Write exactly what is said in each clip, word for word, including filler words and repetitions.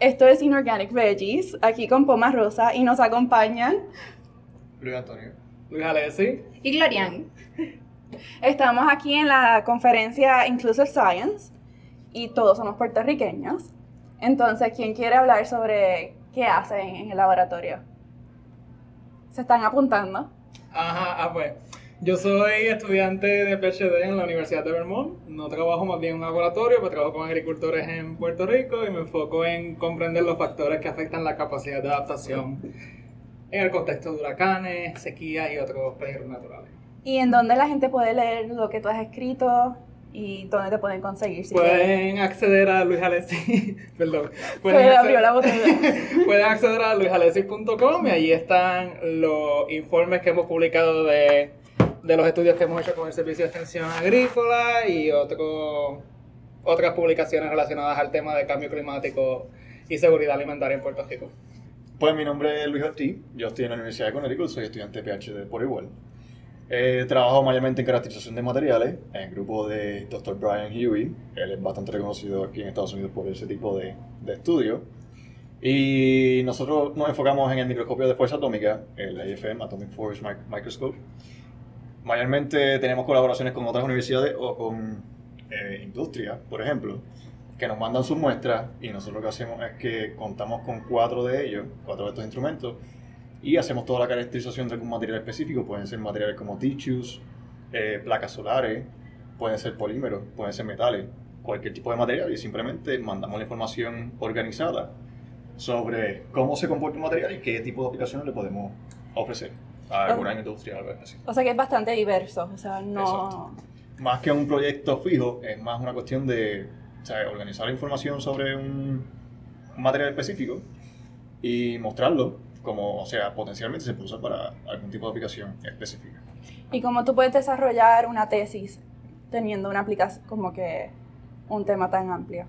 Esto es Inorganic Veggies, aquí con Poma Rosa, y nos acompañan Luis Antonio, Luis Alessi y Glorian. Estamos aquí en la conferencia Inclusive Science y todos somos puertorriqueños. Entonces, ¿quién quiere hablar sobre qué hacen en el laboratorio? ¿Se están apuntando? Ajá, ah pues. Yo soy estudiante de P H D en la Universidad de Vermont. No trabajo más bien en un laboratorio, pero trabajo con agricultores en Puerto Rico y me enfoco en comprender los factores que afectan la capacidad de adaptación en el contexto de huracanes, sequías y otros peligros naturales. ¿Y en dónde la gente puede leer lo que tú has escrito y dónde te pueden conseguir? Si pueden quieren? acceder a Luis Alessi, perdón. Se le abrió la botella. Pueden acceder a luis alessi punto com y allí están los informes que hemos publicado de, de los estudios que hemos hecho con el Servicio de Extensión Agrícola y otro, otras publicaciones relacionadas al tema de cambio climático y seguridad alimentaria en Puerto Rico. Pues mi nombre es Luis Ortiz, yo estoy en la Universidad de Connecticut, soy estudiante de P H D por igual. Eh, trabajo mayormente en caracterización de materiales en el grupo de doctor Brian Huey. Él es bastante reconocido aquí en Estados Unidos por ese tipo de, de estudio. Y nosotros nos enfocamos en el microscopio de fuerza atómica, el A F M, Atomic Force Microscope. Mayormente tenemos colaboraciones con otras universidades o con eh, industrias, por ejemplo, que nos mandan sus muestras y nosotros lo que hacemos es que contamos con cuatro de ellos, cuatro de estos instrumentos, y hacemos toda la caracterización de algún material específico. Pueden ser materiales como tissues, eh, placas solares, pueden ser polímeros, pueden ser metales, cualquier tipo de material, y simplemente mandamos la información organizada sobre cómo se comporta un material y qué tipo de aplicaciones le podemos ofrecer a alguna industria o algo así. O sea que es bastante diverso, o sea, no... Exacto. Más que un proyecto fijo, es más una cuestión de, o sea, organizar la información sobre un, un material específico y mostrarlo como, o sea, potencialmente se puede usar para algún tipo de aplicación específica. ¿Y cómo tú puedes desarrollar una tesis teniendo una aplicación como que un tema tan amplio?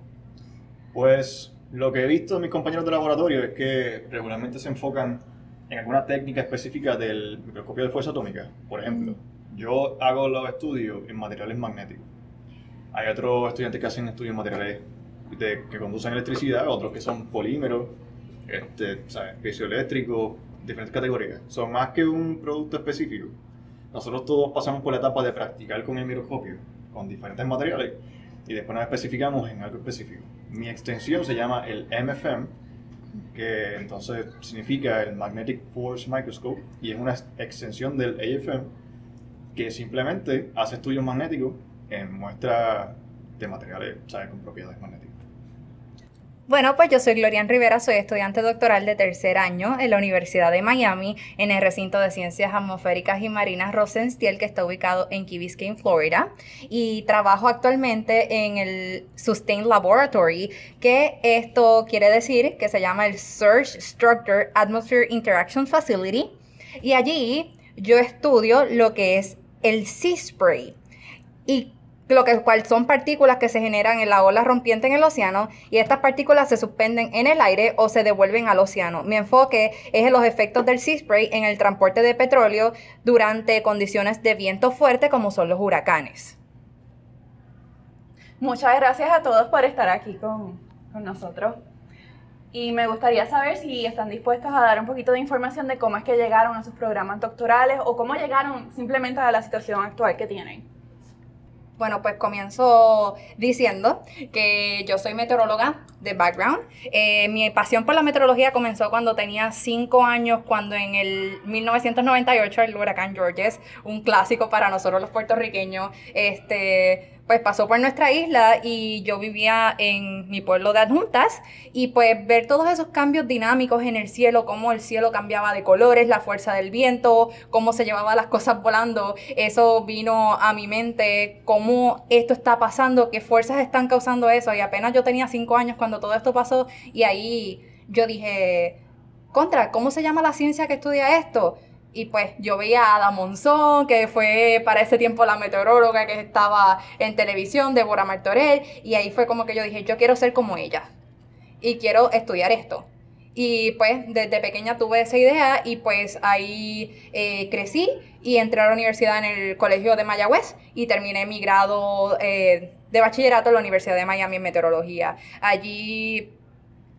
Pues lo que he visto de mis compañeros de laboratorio es que regularmente se enfocan en alguna técnica específica del microscopio de fuerza atómica. Por ejemplo, mm. yo hago los estudios en materiales magnéticos. Hay otros estudiantes que hacen estudios en materiales de, que conducen electricidad, otros que son polímeros, este, ¿sabes? Piezoeléctricos, diferentes categorías. Son más que un producto específico. Nosotros todos pasamos por la etapa de practicar con el microscopio, con diferentes materiales, y después nos especificamos en algo específico. Mi extensión se llama el M F M, que entonces significa el Magnetic Force Microscope, y es una extensión del A F M que simplemente hace estudios magnéticos en muestras de materiales, ¿sabes? Con propiedades magnéticas. Bueno, pues yo soy Glorian Rivera, soy estudiante doctoral de tercer año en la Universidad de Miami, en el recinto de Ciencias Atmosféricas y Marinas Rosenstiel, que está ubicado en Key Biscayne, Florida, y trabajo actualmente en el Sustain Laboratory, que esto quiere decir que se llama el Surge Structure Atmosphere Interaction Facility, y allí yo estudio lo que es el Sea Spray, y lo que cual son partículas que se generan en la ola rompiente en el océano, y estas partículas se suspenden en el aire o se devuelven al océano. Mi enfoque es en los efectos del Sea Spray en el transporte de petróleo durante condiciones de viento fuerte como son los huracanes. Muchas gracias a todos por estar aquí con, con nosotros. Y me gustaría saber si están dispuestos a dar un poquito de información de cómo es que llegaron a sus programas doctorales o cómo llegaron simplemente a la situación actual que tienen. Bueno, pues comienzo diciendo que yo soy meteoróloga de background. Eh, mi pasión por la meteorología comenzó cuando tenía cinco años, cuando en el mil novecientos noventa y ocho el huracán Georges, un clásico para nosotros los puertorriqueños, este... pues pasó por nuestra isla y yo vivía en mi pueblo de Adjuntas, y pues ver todos esos cambios dinámicos en el cielo, cómo el cielo cambiaba de colores, la fuerza del viento, cómo se llevaban las cosas volando, eso vino a mi mente, cómo esto está pasando, qué fuerzas están causando eso, y apenas yo tenía cinco años cuando todo esto pasó, y ahí yo dije, contra, ¿cómo se llama la ciencia que estudia esto? Y pues yo veía a Ada Monzón, que fue para ese tiempo la meteoróloga que estaba en televisión, Débora Martorell, y ahí fue como que yo dije, yo quiero ser como ella y quiero estudiar esto. Y pues desde pequeña tuve esa idea y pues ahí eh, crecí y entré a la universidad en el Colegio de Mayagüez y terminé mi grado eh, de bachillerato en la Universidad de Miami en meteorología. Allí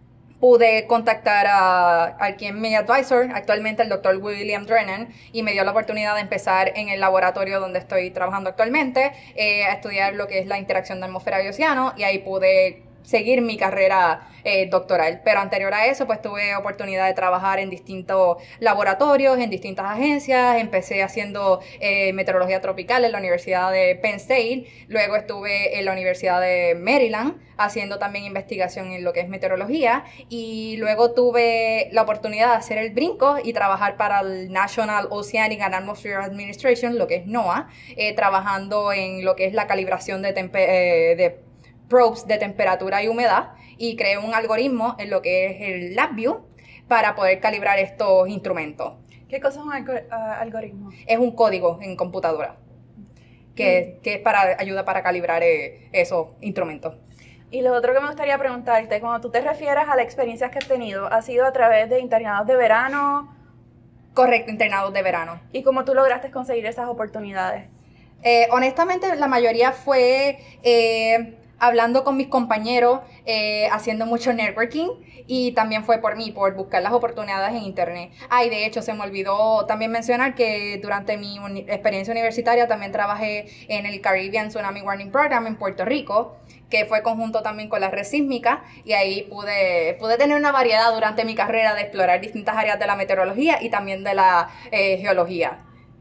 pude contactar a, a quien mi advisor, actualmente el doctor William Drennan, y me dio la oportunidad de empezar en el laboratorio donde estoy trabajando actualmente, eh, a estudiar lo que es la interacción de atmósfera y océano, y ahí pude seguir mi carrera eh, doctoral. Pero anterior a eso, pues tuve oportunidad de trabajar en distintos laboratorios, en distintas agencias. Empecé haciendo eh, meteorología tropical en la Universidad de Penn State. Luego estuve en la Universidad de Maryland haciendo también investigación en lo que es meteorología. Y luego tuve la oportunidad de hacer el brinco y trabajar para el National Oceanic and Atmospheric Administration, lo que es NOAA, eh, trabajando en lo que es la calibración de, tempe eh, de probes de temperatura y humedad, y creé un algoritmo en lo que es el LabVIEW para poder calibrar estos instrumentos. ¿Qué cosa es un algor uh, algoritmo? Es un código en computadora que, mm. que es para, ayuda para calibrar eh, esos instrumentos. Y lo otro que me gustaría preguntarte, cuando tú te refieres a las experiencias que has tenido, ¿ha sido a través de internados de verano? Correcto, internados de verano. ¿Y cómo tú lograste conseguir esas oportunidades? Eh, honestamente, la mayoría fue Eh, hablando con mis compañeros, eh, haciendo mucho networking, y también fue por mí, por buscar las oportunidades en internet. Ah, y de hecho se me olvidó también mencionar que durante mi uni experiencia universitaria también trabajé en el Caribbean Tsunami Warning Program en Puerto Rico, que fue conjunto también con la red sísmica, y ahí pude, pude tener una variedad durante mi carrera de explorar distintas áreas de la meteorología y también de la eh, geología,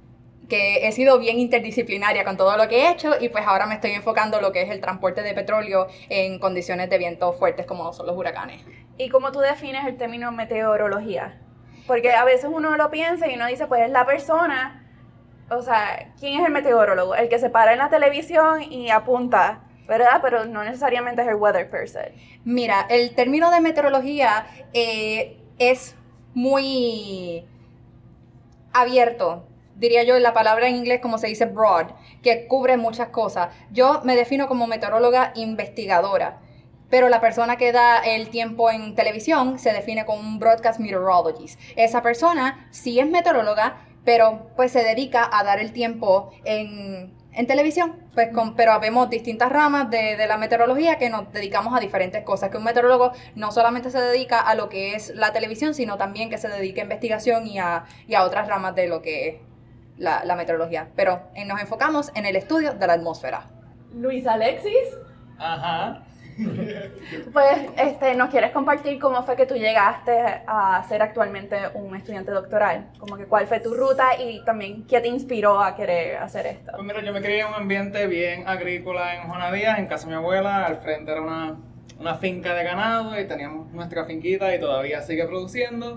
que he sido bien interdisciplinaria con todo lo que he hecho, y pues ahora me estoy enfocando en lo que es el transporte de petróleo en condiciones de vientos fuertes como son los huracanes. ¿Y cómo tú defines el término meteorología? Porque a veces uno lo piensa y uno dice, pues es la persona, o sea, ¿quién es el meteorólogo? El que se para en la televisión y apunta, ¿verdad? Pero no necesariamente es el weather person. Mira, el término de meteorología eh, es muy abierto, diría yo, la palabra en inglés como se dice broad, que cubre muchas cosas. Yo me defino como meteoróloga investigadora, pero la persona que da el tiempo en televisión se define como un broadcast meteorologist. Esa persona sí es meteoróloga, pero pues se dedica a dar el tiempo en, en televisión. Pues con, pero habemos distintas ramas de, de la meteorología que nos dedicamos a diferentes cosas. Que un meteorólogo no solamente se dedica a lo que es la televisión, sino también que se dedica a investigación y a, y a otras ramas de lo que es La, la meteorología, pero eh, nos enfocamos en el estudio de la atmósfera. Luis Alexis, Ajá. pues este, ¿nos quieres compartir cómo fue que tú llegaste a ser actualmente un estudiante doctoral? Como que cuál fue tu ruta y también qué te inspiró a querer hacer esto. Pues mira, yo me crié en un ambiente bien agrícola en Juana Díaz, en casa de mi abuela. Al frente era una, una finca de ganado y teníamos nuestra finquita y todavía sigue produciendo.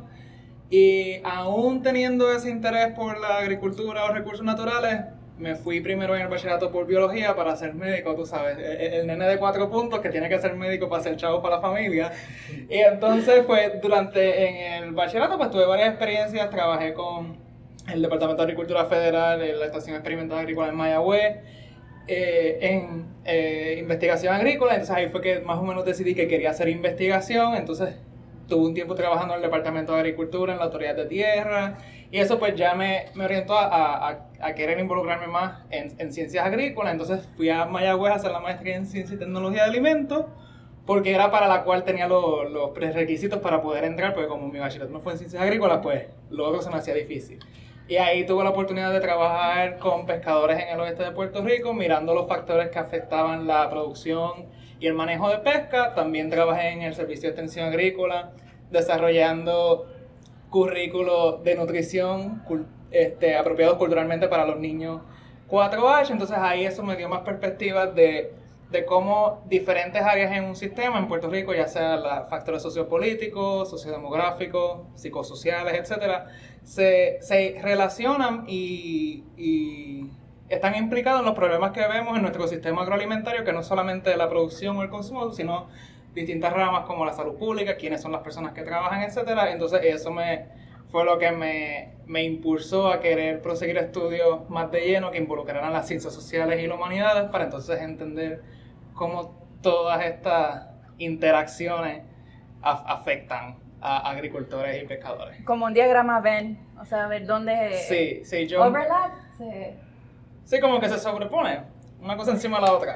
Y aún teniendo ese interés por la agricultura o recursos naturales, me fui primero en el bachillerato por biología para ser médico, tú sabes, el, el nene de cuatro puntos que tiene que ser médico para ser chavo para la familia. Y entonces, pues, durante en el bachillerato, pues, tuve varias experiencias. Trabajé con el Departamento de Agricultura Federal en la Estación Experimental Agrícola en Mayagüez, eh, en eh, investigación agrícola. Entonces ahí fue que más o menos decidí que quería hacer investigación. Entonces tuve un tiempo trabajando en el Departamento de Agricultura, en la Autoridad de Tierra, y eso pues ya me, me orientó a, a, a querer involucrarme más en, en ciencias agrícolas. Entonces fui a Mayagüez a hacer la maestría en Ciencia y Tecnología de Alimentos, porque era para la cual tenía los, los prerequisitos para poder entrar, porque como mi bachillerato no fue en Ciencias Agrícolas, pues lo otro se me hacía difícil. Y ahí tuve la oportunidad de trabajar con pescadores en el oeste de Puerto Rico, mirando los factores que afectaban la producción y el manejo de pesca. También trabajé en el Servicio de Extensión Agrícola, desarrollando currículos de nutrición este, apropiados culturalmente para los niños cuatro H. Entonces ahí eso me dio más perspectivas de, de cómo diferentes áreas en un sistema en Puerto Rico, ya sea los factores sociopolíticos, sociodemográficos, psicosociales, etcétera, se, se relacionan y, y están implicados en los problemas que vemos en nuestro sistema agroalimentario, que no es solamente la producción o el consumo, sino distintas ramas como la salud pública, quiénes son las personas que trabajan, etcétera. Entonces eso me fue lo que me, me impulsó a querer proseguir estudios más de lleno que involucraran las ciencias sociales y las humanidades, para entonces entender cómo todas estas interacciones af afectan a agricultores y pescadores. Como un diagrama Venn, o sea, ver dónde sí, sí, yo, overlap. Sí. sí, como que se sobrepone una cosa encima de la otra.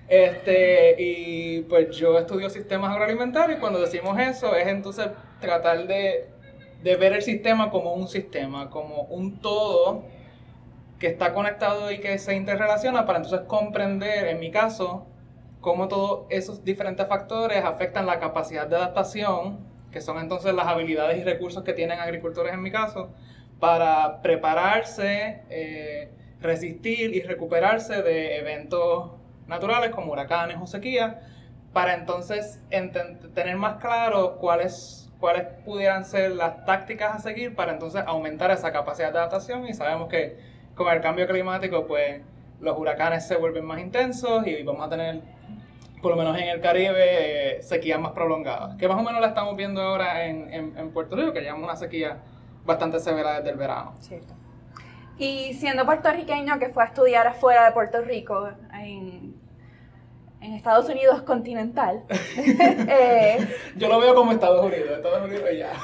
Este, y pues yo estudio sistemas agroalimentarios y cuando decimos eso es entonces tratar de, de ver el sistema como un sistema, como un todo que está conectado y que se interrelaciona para entonces comprender, en mi caso, cómo todos esos diferentes factores afectan la capacidad de adaptación, que son entonces las habilidades y recursos que tienen agricultores en mi caso, para prepararse, eh, resistir y recuperarse de eventos naturales como huracanes o sequías, para entonces enten- tener más claro cuáles, cuáles pudieran ser las tácticas a seguir para entonces aumentar esa capacidad de adaptación. Y sabemos que con el cambio climático pues los huracanes se vuelven más intensos y vamos a tener, por lo menos en el Caribe, eh, sequías más prolongadas, que más o menos la estamos viendo ahora en, en, en Puerto Rico, que llevamos una sequía bastante severa desde el verano. Cierto. Y siendo puertorriqueño que fue a estudiar afuera de Puerto Rico, en, en Estados Unidos continental, eh, Yo lo veo como Estados Unidos, Estados Unidos y ya.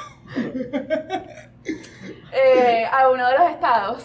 eh, a uno de los estados,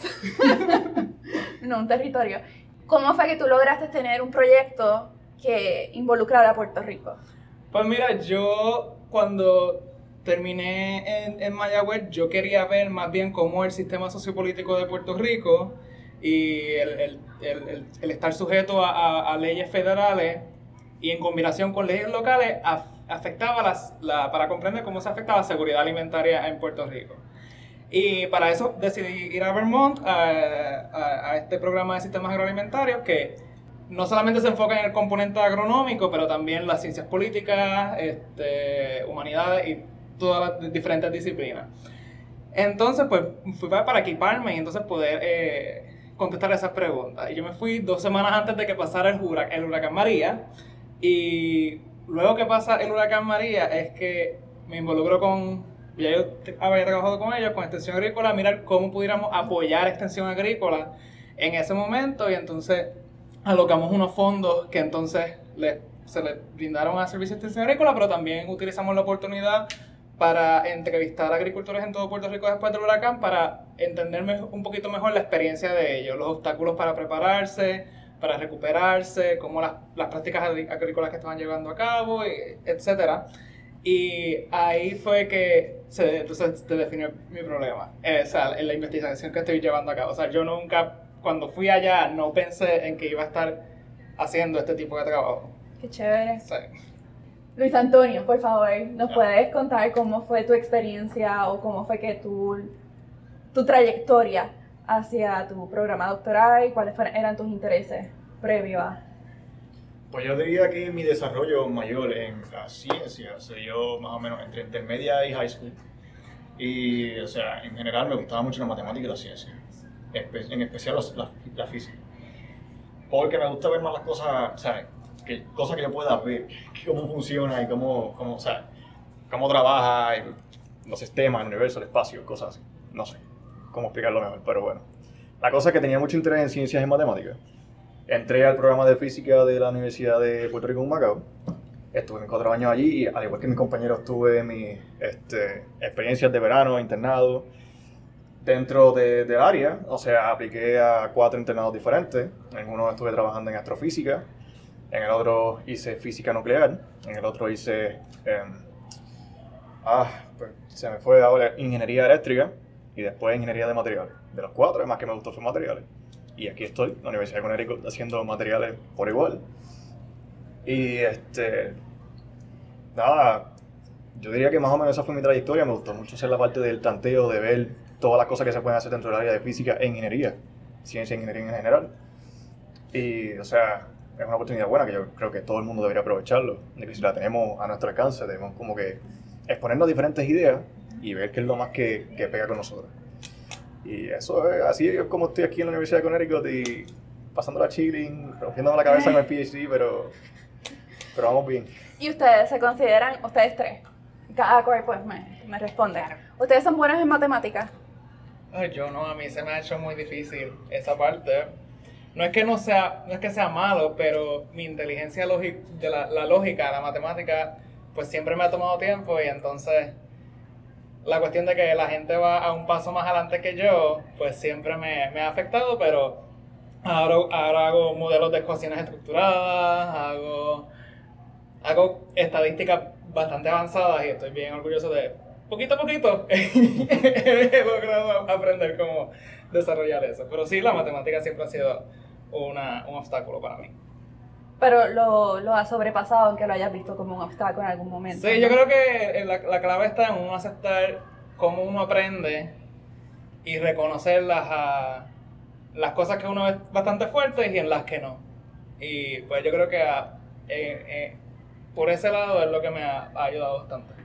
no un territorio, ¿cómo fue que tú lograste tener un proyecto que involucrara a Puerto Rico? Pues mira, yo cuando terminé en, en Mayagüez, yo quería ver más bien cómo el sistema sociopolítico de Puerto Rico y el, el, el, el, el estar sujeto a, a, a leyes federales y en combinación con leyes locales af, afectaba las, la, para comprender cómo se afecta la seguridad alimentaria en Puerto Rico. Y para eso decidí ir a Vermont a, a, a este programa de sistemas agroalimentarios que no solamente se enfoca en el componente agronómico, pero también las ciencias políticas, este, humanidades y todas las diferentes disciplinas. Entonces, pues, fui para, para equiparme y entonces poder eh, contestar esas preguntas. Y yo me fui dos semanas antes de que pasara el, hurac el huracán María. Y luego que pasa el huracán María es que me involucro con, ya yo había trabajado con ellos, con Extensión Agrícola, a mirar cómo pudiéramos apoyar Extensión Agrícola en ese momento. Y entonces alocamos unos fondos que entonces le, se le brindaron a Servicios de Extensión Agrícola, pero también utilizamos la oportunidad para entrevistar a agricultores en todo Puerto Rico después del huracán para entender un poquito mejor la experiencia de ellos, los obstáculos para prepararse, para recuperarse, cómo las, las prácticas agrícolas que estaban llevando a cabo, etcétera. Y ahí fue que se, entonces, se definió mi problema, eh, o sea, en la investigación que estoy llevando a cabo. O sea, yo nunca, cuando fui allá, no pensé en que iba a estar haciendo este tipo de trabajo. Qué chévere. Sí. Luis Antonio, por favor, ¿nos puedes contar cómo fue tu experiencia o cómo fue que tu, tu trayectoria hacia tu programa doctoral y cuáles fueron, eran tus intereses previos a? Pues yo diría que mi desarrollo mayor en la ciencia se dio más o menos entre intermedia y high school. Y, o sea, en general me gustaba mucho la matemática y la ciencia, en especial la, la física. Porque me gusta ver más las cosas, ¿sabes? Que, cosas que yo pueda ver, cómo funciona y cómo, cómo, o sea, cómo trabaja el, los sistemas, el universo, el espacio, cosas así. No sé cómo explicarlo mejor, pero bueno. La cosa es que tenía mucho interés en ciencias y matemáticas. Entré al programa de física de la Universidad de Puerto Rico en Humacao. Estuve cuatro años allí y al igual que mis compañeros tuve mis este, experiencias de verano, internado, dentro de, del área. O sea, apliqué a cuatro internados diferentes. En uno estuve trabajando en astrofísica. En el otro hice física nuclear, en el otro hice, eh, ah, pues se me fue ahora, ingeniería eléctrica y después ingeniería de materiales. De los cuatro, el más que me gustó fue materiales. Y aquí estoy, en la Universidad de Connecticut, haciendo materiales por igual. Y este, nada, yo diría que más o menos esa fue mi trayectoria. Me gustó mucho hacer la parte del tanteo, de ver todas las cosas que se pueden hacer dentro del área de física e ingeniería, ciencia e ingeniería en general. Y, o sea, es una oportunidad buena que yo creo que todo el mundo debería aprovecharlo, de que si la tenemos a nuestro alcance, debemos como que exponernos diferentes ideas y ver qué es lo más que, que pega con nosotros. Y eso es, así es como estoy aquí en la Universidad de Connecticut y pasándola chilling, rompiéndome la cabeza con el PhD, pero, pero vamos bien. ¿Y ustedes se consideran, ustedes tres, cada cual pues me, me responde, ¿ustedes son buenos en matemáticas? Ay, yo no, a mí se me ha hecho muy difícil esa parte. No es que no sea, no es que sea malo, pero mi inteligencia lógica, de la, la lógica, la matemática, pues siempre me ha tomado tiempo y entonces la cuestión de que la gente va a un paso más adelante que yo, pues siempre me, me ha afectado, pero Ahora, ahora hago modelos de ecuaciones estructuradas, hago, hago estadísticas bastante avanzadas y estoy bien orgulloso de, poquito a poquito, he logrado aprender cómo desarrollar eso. Pero sí, la matemática siempre ha sido una, un obstáculo para mí. Pero lo, lo has sobrepasado, aunque lo hayas visto como un obstáculo en algún momento. Sí, ¿no? yo creo que la, la clave está en uno aceptar cómo uno aprende y reconocer las, a, las cosas que uno es bastante fuerte y en las que no. Y pues yo creo que a, eh, eh, por ese lado es lo que me ha, ha ayudado bastante.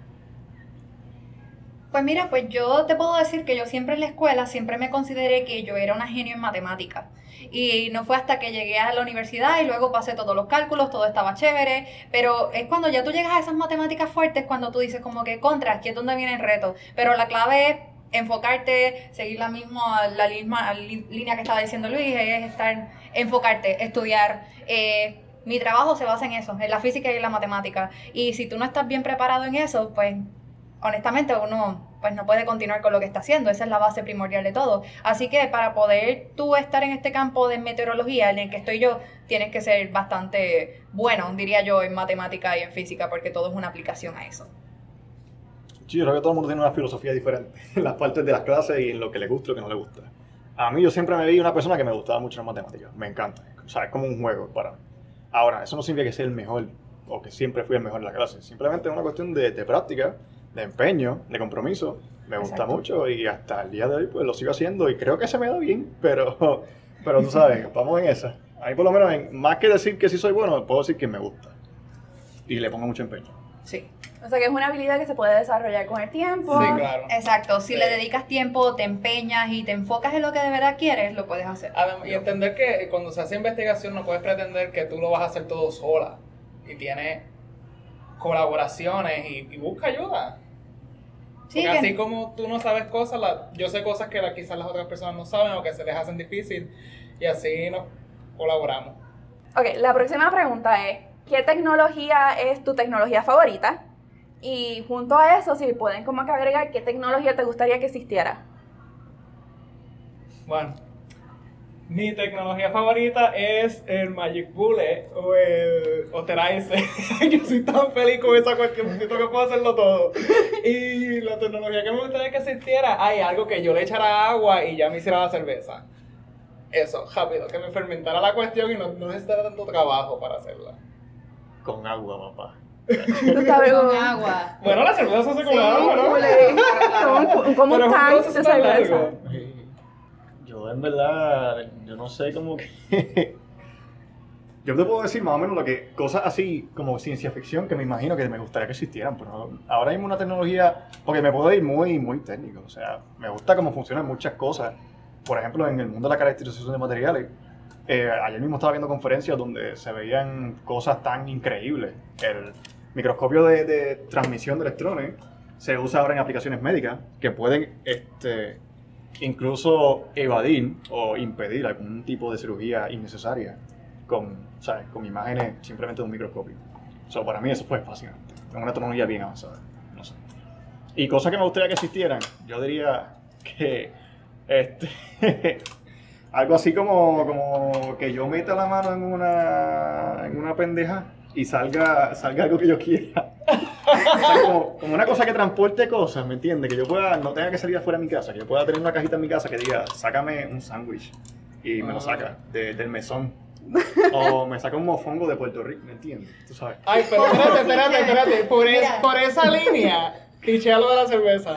Pues mira, pues yo te puedo decir que yo siempre en la escuela siempre me consideré que yo era una genio en matemáticas. Y no fue hasta que llegué a la universidad y luego pasé todos los cálculos, todo estaba chévere. Pero es cuando ya tú llegas a esas matemáticas fuertes cuando tú dices como que contra, aquí es donde viene el reto. Pero la clave es enfocarte, seguir la misma, la misma li- línea que estaba diciendo Luis, es estar, enfocarte, estudiar. Eh, mi trabajo se basa en eso, en la física y en la matemática. Y si tú no estás bien preparado en eso, pues honestamente uno pues no puede continuar con lo que está haciendo. Esa es la base primordial de todo. Así que para poder tú estar en este campo de meteorología en el que estoy yo, tienes que ser bastante bueno, diría yo, en matemática y en física, porque todo es una aplicación a eso. Sí, yo creo que todo el mundo tiene una filosofía diferente en las partes de las clases y en lo que le gusta y lo que no le gusta. A mí yo siempre me vi una persona que me gustaba mucho las matemáticas, me encanta, o sea, es como un juego para mí. Ahora, eso no significa que sea el mejor o que siempre fui el mejor en la clase, simplemente es una cuestión de, de práctica, de empeño, de compromiso. Me gusta Exacto. mucho y hasta el día de hoy pues lo sigo haciendo y creo que se me da bien, pero, pero tú sabes, vamos en esa. A mí por lo menos, en, más que decir que sí soy bueno, puedo decir que me gusta y le pongo mucho empeño. Sí. O sea que es una habilidad que se puede desarrollar con el tiempo. Sí, claro. Exacto, si Sí. le dedicas tiempo, te empeñas y te enfocas en lo que de verdad quieres, lo puedes hacer. Adem- Y entender que cuando se hace investigación no puedes pretender que tú lo vas a hacer todo sola. Y tienes colaboraciones y, y busca ayuda. Sí, Porque que- así como tú no sabes cosas, la- yo sé cosas que la- quizás las otras personas no saben o que se les hacen difícil. Y así nos colaboramos. Ok, la próxima pregunta es, ¿qué tecnología es tu tecnología favorita? Y junto a eso, si pueden como que agregar, ¿qué tecnología te gustaría que existiera? Bueno, mi tecnología favorita es el Magic Bullet o el Authorizer. Yo soy tan feliz con esa cuestión, siento que puedo hacerlo todo. Y la tecnología que me gustaría que existiera, hay algo que yo le echara agua y ya me hiciera la cerveza. Eso, rápido, que me fermentara la cuestión y no, no necesitara tanto trabajo para hacerla. Con agua, papá. Tú sabes, con un- agua. Bueno, la cerveza se hace con Sí, agua, ¿no? como un, como un Pero es un tank proceso de tan cerveza. largo. Yo en verdad, yo no sé cómo que... Yo te puedo decir más o menos lo que, cosas así como ciencia ficción que me imagino que me gustaría que existieran, pero ahora mismo una tecnología, porque me puedo ir muy, muy técnico, o sea, me gusta cómo funcionan muchas cosas. Por ejemplo, en el mundo de la caracterización de materiales, eh, ayer mismo estaba viendo conferencias donde se veían cosas tan increíbles. El microscopio de, de transmisión de electrones se usa ahora en aplicaciones médicas que pueden este, incluso evadir o impedir algún tipo de cirugía innecesaria con, ¿sabes? Con imágenes simplemente de un microscopio. So, para mí eso fue fascinante. Es una tecnología bien avanzada. No sé. Y cosas que me gustaría que existieran, yo diría que este, algo así como, como que yo meta la mano en una, en una pendeja y salga, salga algo que yo quiera. O sea, como, como una cosa que transporte cosas, ¿me entiendes? Que yo pueda, no tenga que salir afuera de mi casa, que yo pueda tener una cajita en mi casa que diga, sácame un sándwich y me lo saca de- del mesón. O me saca un mofongo de Puerto Rico, ¿me entiendes? Tú sabes. Ay, pero espérate, espérate, espérate. Por, es- Mira. por esa línea, clichea lo de la cerveza.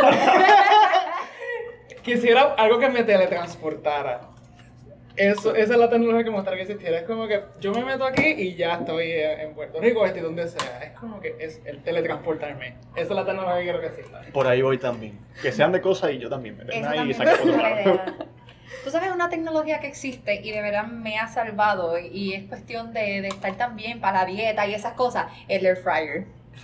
Quisiera algo que me teletransportara. Eso, esa es la tecnología que me gustaría que existiera. Es como que yo me meto aquí y ya estoy en en Puerto Rico, estoy donde sea. Es como que es el teletransportarme. Esa es la tecnología que quiero que exista. Por ahí voy también. Que sean de cosas y yo también me Eso tengo ahí y también saque es por otro una lado. idea. Tú sabes, una tecnología que existe y de verdad me ha salvado y es cuestión de, de estar tan bien para la dieta y esas cosas, el air fryer.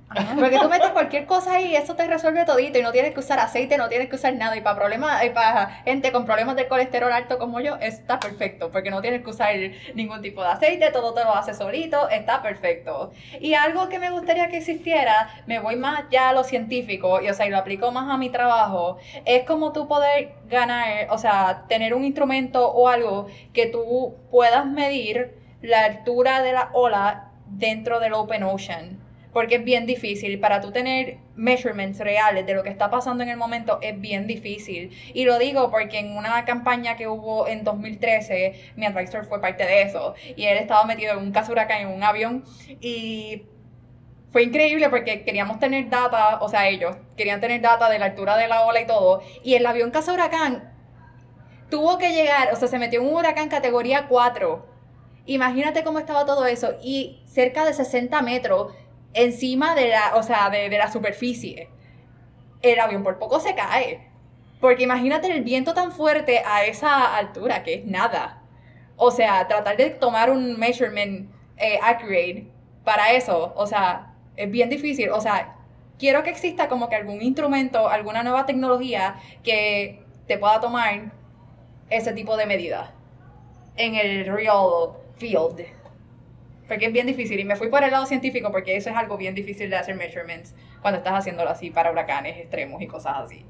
Porque tú metes cualquier cosa ahí y eso te resuelve todito y no tienes que usar aceite, no tienes que usar nada. Y para problemas, y para gente con problemas de colesterol alto como yo, está perfecto. Porque no tienes que usar ningún tipo de aceite, todo te lo hace solito, está perfecto. Y algo que me gustaría que existiera, me voy más ya a lo científico, y o sea, y lo aplico más a mi trabajo, es como tú poder ganar, o sea, tener un instrumento o algo que tú puedas medir la altura de la ola dentro del open ocean. Porque es bien difícil, para tú tener measurements reales de lo que está pasando en el momento es bien difícil. Y lo digo porque en una campaña que hubo en dos mil trece, mi advisor fue parte de eso. Y él estaba metido en un caso huracán en un avión y fue increíble porque queríamos tener data, o sea, ellos querían tener data de la altura de la ola y todo. Y el avión caza huracán tuvo que llegar, o sea, se metió en un huracán categoría cuatro. Imagínate cómo estaba todo eso. Y cerca de sesenta metros encima de la, o sea, de, de la superficie. El avión por poco se cae. Porque imagínate el viento tan fuerte a esa altura, que es nada. O sea, tratar de tomar un measurement eh, accurate para eso, o sea, es bien difícil. O sea, quiero que exista como que algún instrumento, alguna nueva tecnología que te pueda tomar ese tipo de medidas en el real field. Porque es bien difícil, y me fui por el lado científico porque eso es algo bien difícil de hacer measurements cuando estás haciéndolo así para huracanes extremos y cosas así.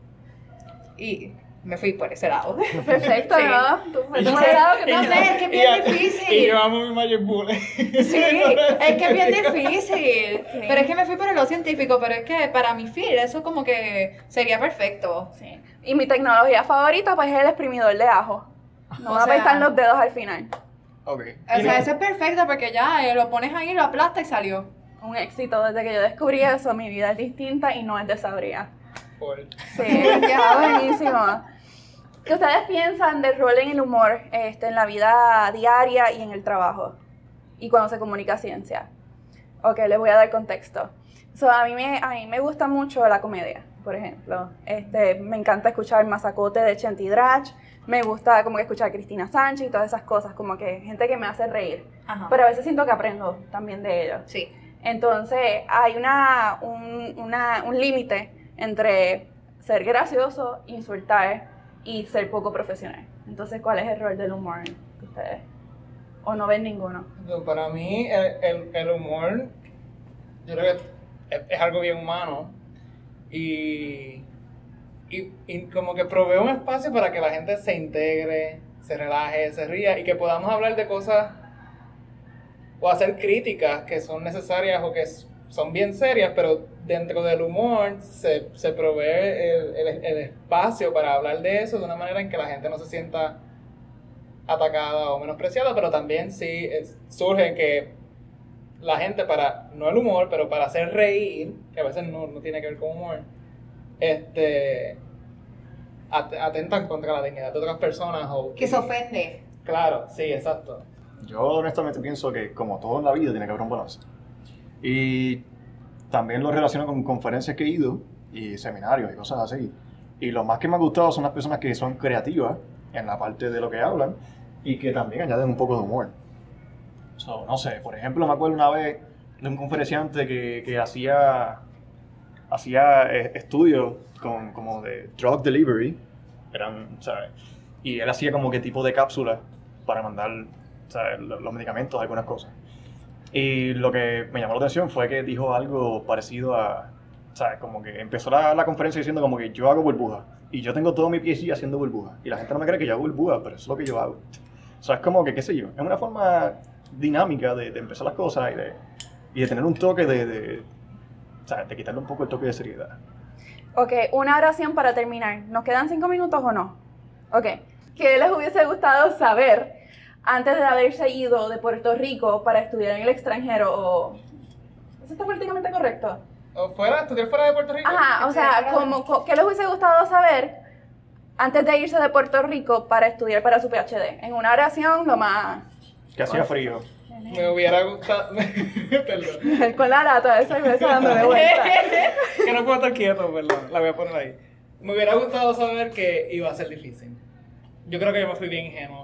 Y me fui por ese lado. Perfecto, Sí. ¿no? Tú fuiste Y por yo- el lado que No no sé, es que es bien Y- difícil. Y yo amo mi Magic Bullet. Sí, es que es bien difícil. Sí. Pero es que me fui por el lado científico, pero es que para mi field eso como que sería perfecto. Sí. Y mi tecnología favorita pues es el exprimidor de ajo. No O me sea- apestan los dedos al final. Ok. O Y sea, no- eso es perfecto porque ya eh, lo pones ahí, lo aplastas y salió. Un éxito. Desde que yo descubrí eso, mi vida es distinta y no es desabrida. Por- Sí, está buenísimo. ¿Qué ustedes piensan del rol en el humor este, en la vida diaria y en el trabajo? Y cuando se comunica ciencia. Ok, les voy a dar contexto. So, a, mí me, a mí me gusta mucho la comedia, por ejemplo. Este, me encanta escuchar Mazacote de Chenti Drach. Me gusta como que escuchar a Cristina Sánchez y todas esas cosas, como que gente que me hace reír. Ajá. Pero a veces siento que aprendo también de ellos. Sí. Entonces, hay una, un, una- un límite entre ser gracioso, insultar y ser poco profesional. Entonces, ¿cuál es el rol del humor de ustedes? ¿O no ven ninguno? No, para mí, el, el, el humor, yo creo que es, es algo bien humano. Y, y, y como que provee un espacio para que la gente se integre, se relaje, se ría y que podamos hablar de cosas o hacer críticas que son necesarias o que s- son bien serias, pero dentro del humor se, se provee el, el, el espacio para hablar de eso de una manera en que la gente no se sienta atacada o menospreciada, pero también sí es- surge en que la gente para, no el humor, pero para hacer reír, que a veces no, no tiene que ver con humor, este at- atentan contra la dignidad de otras personas o Que se ofende. claro, sí, exacto. Yo honestamente pienso que como todo en la vida tiene que haber un balance. Y también lo relaciono con conferencias que he ido y seminarios y cosas así. Y lo más que me ha gustado son las personas que son creativas en la parte de lo que hablan y que también añaden un poco de humor. So, no sé, por ejemplo, me acuerdo una vez de un conferenciante que, que hacía, hacía eh, estudios con, como de drug delivery, eran, ¿sabes? Y él hacía como que tipo de cápsulas para mandar, ¿sabes? Los los medicamentos, algunas cosas. Y lo que me llamó la atención fue que dijo algo parecido a, ¿sabes? Como que empezó la, la conferencia diciendo como que yo hago burbujas y yo tengo todo mi P H D haciendo burbujas y la gente no me cree que yo hago burbujas, pero eso es lo que yo hago. O sea, es como que, qué sé yo, es una forma dinámica de, de empezar las cosas y de, y de tener un toque de, de, ¿sabes? De quitarle un poco el toque de seriedad. Ok, una oración para terminar. ¿Nos quedan cinco minutos o no? Ok. ¿Qué les hubiese gustado saber antes de haberse ido de Puerto Rico para estudiar en el extranjero? O... ¿Eso está políticamente correcto? O fuera, estudiar fuera de Puerto Rico. Ajá, o sea, como, co- ¿qué les hubiese gustado saber antes de irse de Puerto Rico para estudiar para su P H D? En una oración, lo más... Que hacía frío. Me hubiera gustado. Perdón. Con la lata, esa y me dándole vuelta. Que no puedo estar quieto, perdón. La voy a poner ahí. Me hubiera gustado saber que iba a ser difícil. Yo creo que yo me fui bien ingenuo.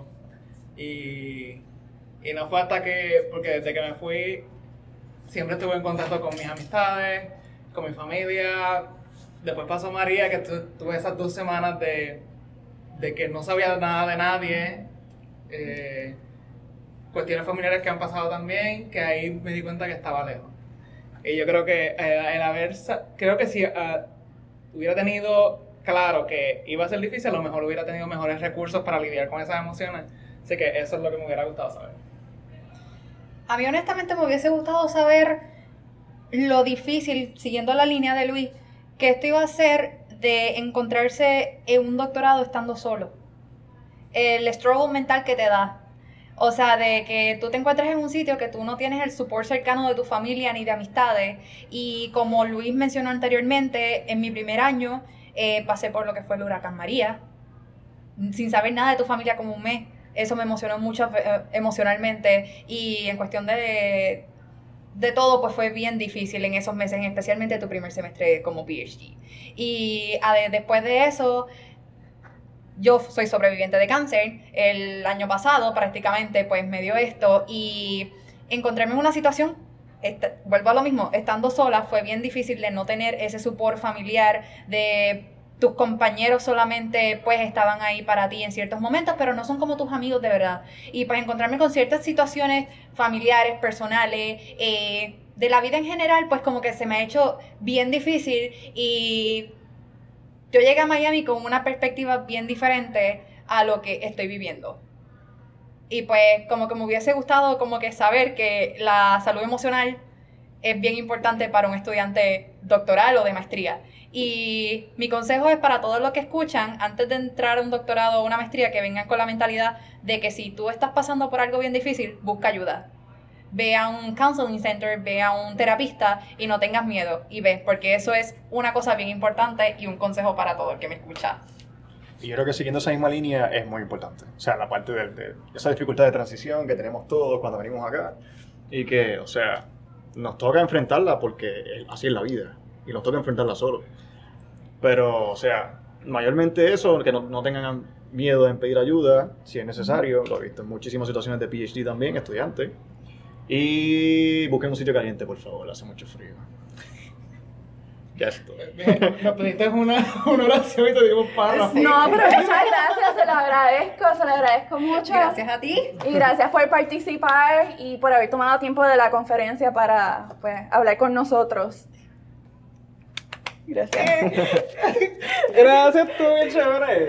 Y, y no fue hasta que, porque desde que me fui, siempre estuve en contacto con mis amistades. con mi familia. Después pasó María, que tu, tuve esas dos semanas de, de que no sabía nada de nadie. Eh, cuestiones familiares que han pasado también, que ahí me di cuenta que estaba lejos. Y yo creo que eh, el haber, creo que si uh, hubiera tenido claro que iba a ser difícil, a lo mejor hubiera tenido mejores recursos para lidiar con esas emociones. Así que eso es lo que me hubiera gustado saber. A mí honestamente me hubiese gustado saber lo difícil, siguiendo la línea de Luis, que esto iba a ser de encontrarse en un doctorado estando solo. El struggle mental que te da. O sea, de que tú te encuentres en un sitio que tú no tienes el support cercano de tu familia ni de amistades. Y como Luis mencionó anteriormente, en mi primer año eh, pasé por lo que fue el huracán María, sin saber nada de tu familia como un mes. Eso me emocionó mucho eh, emocionalmente, y en cuestión de... de todo, pues fue bien difícil en esos meses, especialmente tu primer semestre como PhD. Y a de, después de eso, yo soy sobreviviente de cáncer. El año pasado prácticamente pues me dio esto, y encontrarme en una situación, est- vuelvo a lo mismo, estando sola, fue bien difícil de no tener ese support familiar, de tus compañeros solamente pues estaban ahí para ti en ciertos momentos, pero no son como tus amigos de verdad. Y pues encontrarme con ciertas situaciones familiares, personales, eh, de la vida en general, pues como que se me ha hecho bien difícil, y yo llegué a Miami con una perspectiva bien diferente a lo que estoy viviendo. Y pues como que me hubiese gustado como que saber que la salud emocional es bien importante para un estudiante doctoral o de maestría. Y mi consejo es para todos los que escuchan, antes de entrar a un doctorado o una maestría, que vengan con la mentalidad de que si tú estás pasando por algo bien difícil, busca ayuda. Ve a un counseling center, ve a un terapista y no tengas miedo. Y ve, porque eso es una cosa bien importante y un consejo para todo el que me escucha. Y yo creo que siguiendo esa misma línea es muy importante. O sea, la parte de, de esa dificultad de transición que tenemos todos cuando venimos acá. Y que, o sea, nos toca enfrentarla porque así es la vida. Y nos toca enfrentarla solo. Pero, o sea, mayormente eso, que no, no tengan miedo en pedir ayuda si es necesario. Lo he visto en muchísimas situaciones de PhD también, estudiantes. Y busquen un sitio caliente, por favor, hace mucho frío. Ya es todo. Nos pediste una, una oración y te dimos párrafo. Sí. No, pero muchas gracias, se lo agradezco, se lo agradezco mucho. Gracias a ti. Y gracias por participar y por haber tomado tiempo de la conferencia para pues, hablar con nosotros. Gracias. Gracias, tú, bien chévere.